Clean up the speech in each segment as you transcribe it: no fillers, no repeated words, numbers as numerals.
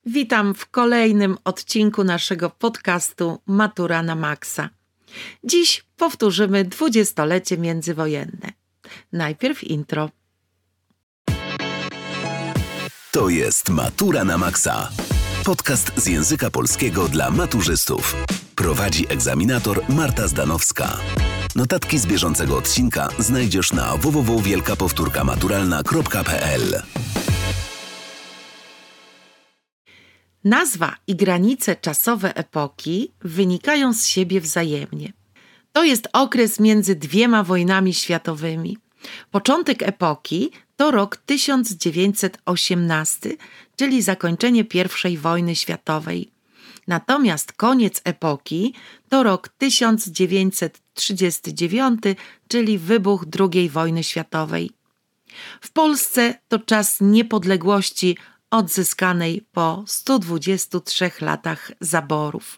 Witam w kolejnym odcinku naszego podcastu Matura na Maksa. Dziś powtórzymy 20-lecie międzywojenne. Najpierw intro. To jest Matura na Maksa. Podcast z języka polskiego dla maturzystów. Prowadzi egzaminator Marta Zdanowska. Notatki z bieżącego odcinka znajdziesz na www.wielkapowtórkamaturalna.pl. Nazwa i granice czasowe epoki wynikają z siebie wzajemnie. To jest okres między dwiema wojnami światowymi. Początek epoki to rok 1918, czyli zakończenie I wojny światowej. Natomiast koniec epoki to rok 1939, czyli wybuch II wojny światowej. W Polsce to czas niepodległości odzyskanej po 123 latach zaborów.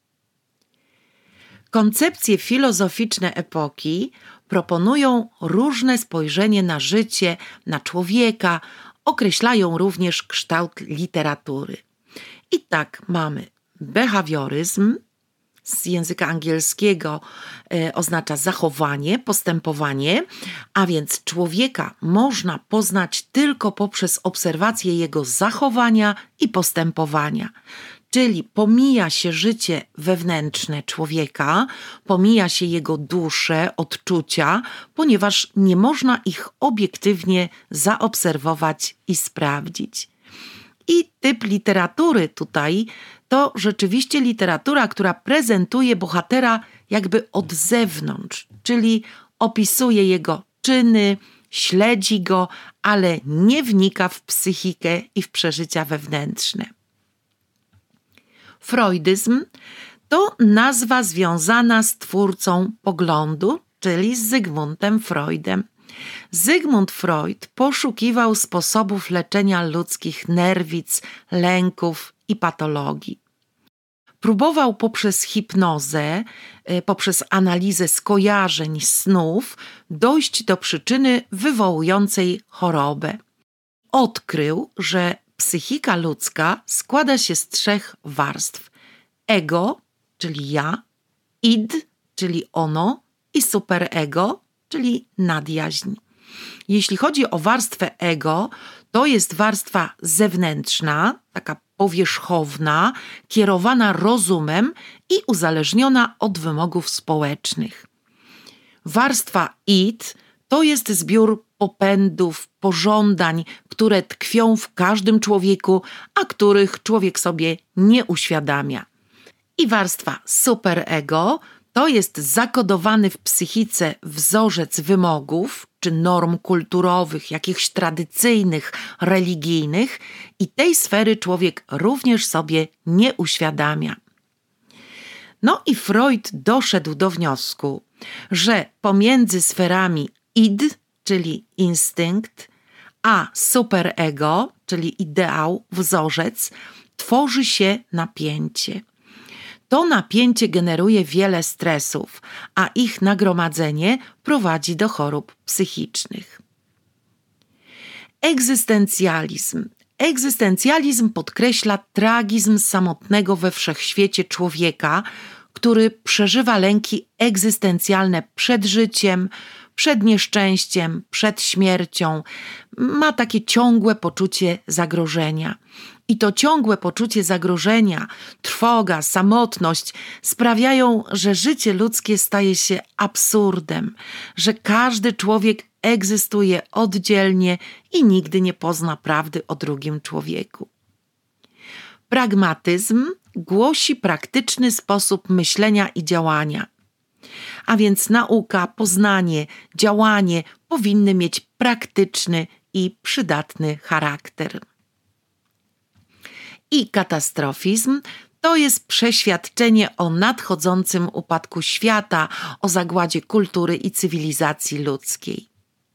Koncepcje filozoficzne epoki proponują różne spojrzenie na życie, na człowieka, określają również kształt literatury. I tak mamy behawioryzm, z języka angielskiego oznacza zachowanie, postępowanie, a więc człowieka można poznać tylko poprzez obserwację jego zachowania i postępowania. Czyli pomija się życie wewnętrzne człowieka, pomija się jego duszę, odczucia, ponieważ nie można ich obiektywnie zaobserwować i sprawdzić. I typ literatury tutaj to rzeczywiście literatura, która prezentuje bohatera jakby od zewnątrz, czyli opisuje jego czyny, śledzi go, ale nie wnika w psychikę i w przeżycia wewnętrzne. Freudyzm to nazwa związana z twórcą poglądu, czyli z Zygmuntem Freudem. Zygmunt Freud poszukiwał sposobów leczenia ludzkich nerwic, lęków i patologii. Próbował poprzez hipnozę, poprzez analizę skojarzeń, snów dojść do przyczyny wywołującej chorobę. Odkrył, że psychika ludzka składa się z 3 warstw: ego, czyli ja, id, czyli ono i superego, czyli nadjaźń. Jeśli chodzi o warstwę ego, to jest warstwa zewnętrzna, taka powierzchowna, kierowana rozumem i uzależniona od wymogów społecznych. Warstwa id to jest zbiór popędów, pożądań, które tkwią w każdym człowieku, a których człowiek sobie nie uświadamia. I warstwa superego to jest zakodowany w psychice wzorzec wymogów czy norm kulturowych, jakichś tradycyjnych, religijnych, i tej sfery człowiek również sobie nie uświadamia. No i Freud doszedł do wniosku, że pomiędzy sferami id, czyli instynkt, a superego, czyli ideał, wzorzec, tworzy się napięcie. To napięcie generuje wiele stresów, a ich nagromadzenie prowadzi do chorób psychicznych. Egzystencjalizm. Egzystencjalizm podkreśla tragizm samotnego we wszechświecie człowieka, który przeżywa lęki egzystencjalne przed życiem, przed nieszczęściem, przed śmiercią. Ma takie ciągłe poczucie zagrożenia. I to ciągłe poczucie zagrożenia, trwoga, samotność sprawiają, że życie ludzkie staje się absurdem, że każdy człowiek egzystuje oddzielnie i nigdy nie pozna prawdy o drugim człowieku. Pragmatyzm głosi praktyczny sposób myślenia i działania. A więc nauka, poznanie, działanie powinny mieć praktyczny i przydatny charakter. I katastrofizm to jest przeświadczenie o nadchodzącym upadku świata, o zagładzie kultury i cywilizacji ludzkiej.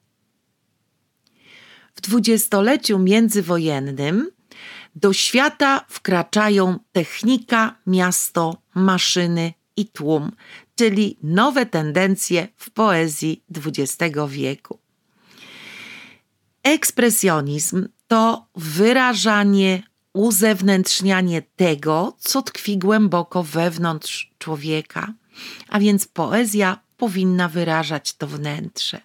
W 20-leciu międzywojennym do świata wkraczają technika, miasto, maszyny i tłum, czyli nowe tendencje w poezji XX wieku. Ekspresjonizm to wyrażanie, uzewnętrznianie tego, co tkwi głęboko wewnątrz człowieka, a więc poezja powinna wyrażać to wnętrze.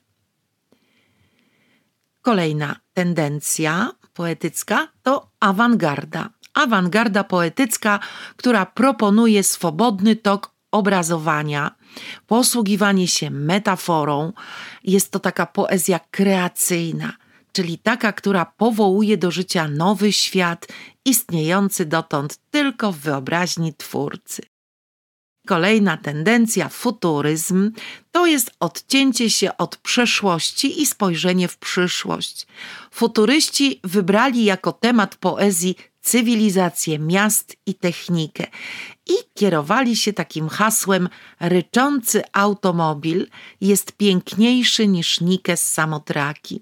Kolejna tendencja poetycka to awangarda. Awangarda poetycka, która proponuje swobodny tok obrazowania, posługiwanie się metaforą. Jest to taka poezja kreacyjna, czyli taka, która powołuje do życia nowy świat istniejący dotąd tylko w wyobraźni twórcy. Kolejna tendencja, futuryzm, to jest odcięcie się od przeszłości i spojrzenie w przyszłość. Futuryści wybrali jako temat poezji cywilizację miast i technikę i kierowali się takim hasłem: ryczący automobil jest piękniejszy niż Nike z samotraki.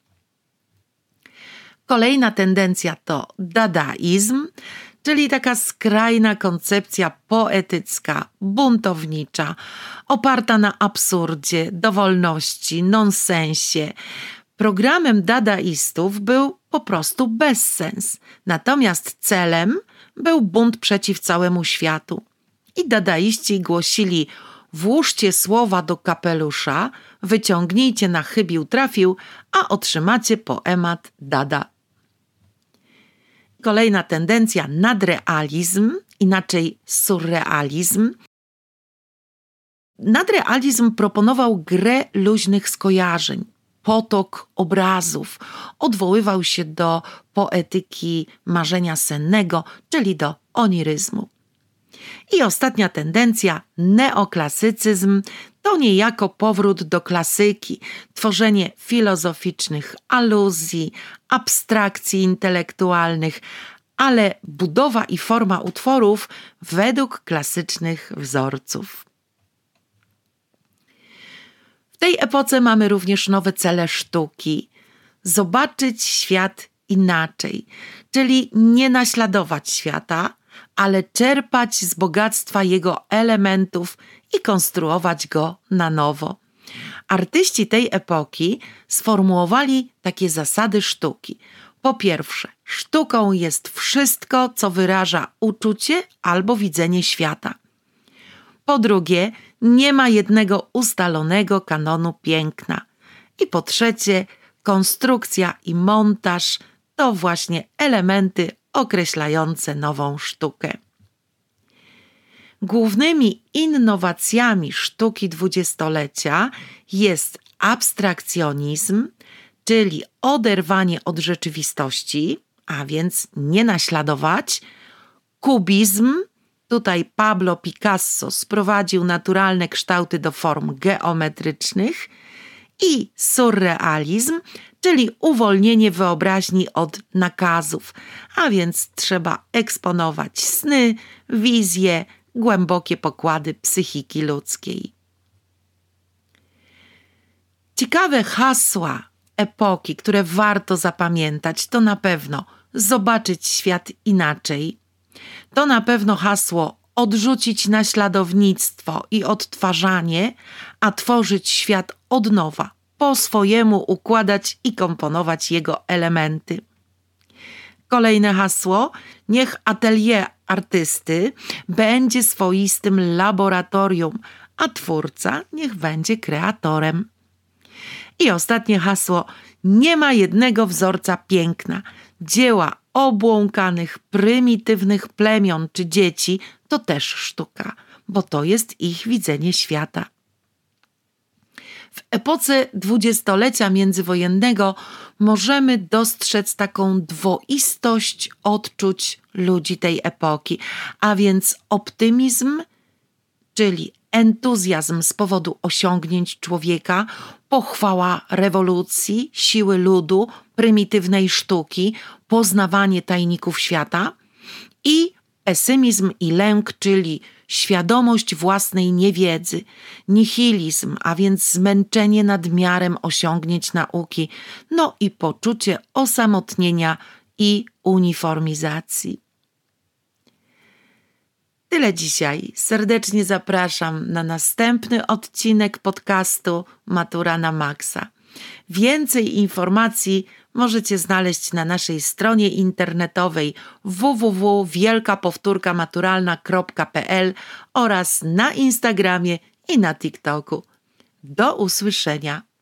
Kolejna tendencja to dadaizm, czyli taka skrajna koncepcja poetycka, buntownicza, oparta na absurdzie, dowolności, nonsensie. Programem dadaistów był po prostu bezsens, natomiast celem był bunt przeciw całemu światu. I dadaiści głosili: włóżcie słowa do kapelusza, wyciągnijcie na chybił trafił, a otrzymacie poemat Dada. Kolejna tendencja, nadrealizm, inaczej surrealizm. Nadrealizm proponował grę luźnych skojarzeń, potok obrazów, odwoływał się do poetyki marzenia sennego, czyli do oniryzmu. I ostatnia tendencja, neoklasycyzm, to niejako powrót do klasyki, tworzenie filozoficznych aluzji, abstrakcji intelektualnych, ale budowa i forma utworów według klasycznych wzorców. W tej epoce mamy również nowe cele sztuki. Zobaczyć świat inaczej, czyli nie naśladować świata, ale czerpać z bogactwa jego elementów i konstruować go na nowo. Artyści tej epoki sformułowali takie zasady sztuki. Po pierwsze, sztuką jest wszystko, co wyraża uczucie albo widzenie świata. Po drugie, nie ma jednego ustalonego kanonu piękna. I po trzecie, konstrukcja i montaż to właśnie elementy określające nową sztukę. Głównymi innowacjami sztuki dwudziestolecia jest abstrakcjonizm, czyli oderwanie od rzeczywistości, a więc nie naśladować, kubizm. Tutaj Pablo Picasso sprowadził naturalne kształty do form geometrycznych, i surrealizm, czyli uwolnienie wyobraźni od nakazów, a więc trzeba eksponować sny, wizje, głębokie pokłady psychiki ludzkiej. Ciekawe hasła epoki, które warto zapamiętać, to na pewno zobaczyć świat inaczej. To na pewno hasło odrzucić naśladownictwo i odtwarzanie, a tworzyć świat od nowa, po swojemu układać i komponować jego elementy. Kolejne hasło: niech atelier artysty będzie swoistym laboratorium, a twórca niech będzie kreatorem. I ostatnie hasło: nie ma jednego wzorca piękna. Dzieła obłąkanych, prymitywnych plemion czy dzieci to też sztuka, bo to jest ich widzenie świata. W epoce dwudziestolecia międzywojennego możemy dostrzec taką dwoistość odczuć ludzi tej epoki, a więc optymizm, czyli entuzjazm z powodu osiągnięć człowieka, pochwała rewolucji, siły ludu, prymitywnej sztuki, poznawanie tajników świata, i pesymizm i lęk, czyli świadomość własnej niewiedzy, nihilizm, a więc zmęczenie nadmiarem osiągnięć nauki, no i poczucie osamotnienia i uniformizacji. Tyle dzisiaj. Serdecznie zapraszam na następny odcinek podcastu Matura na Maksa. Więcej informacji możecie znaleźć na naszej stronie internetowej www.wielkapowtórkamaturalna.pl oraz na Instagramie i na TikToku. Do usłyszenia.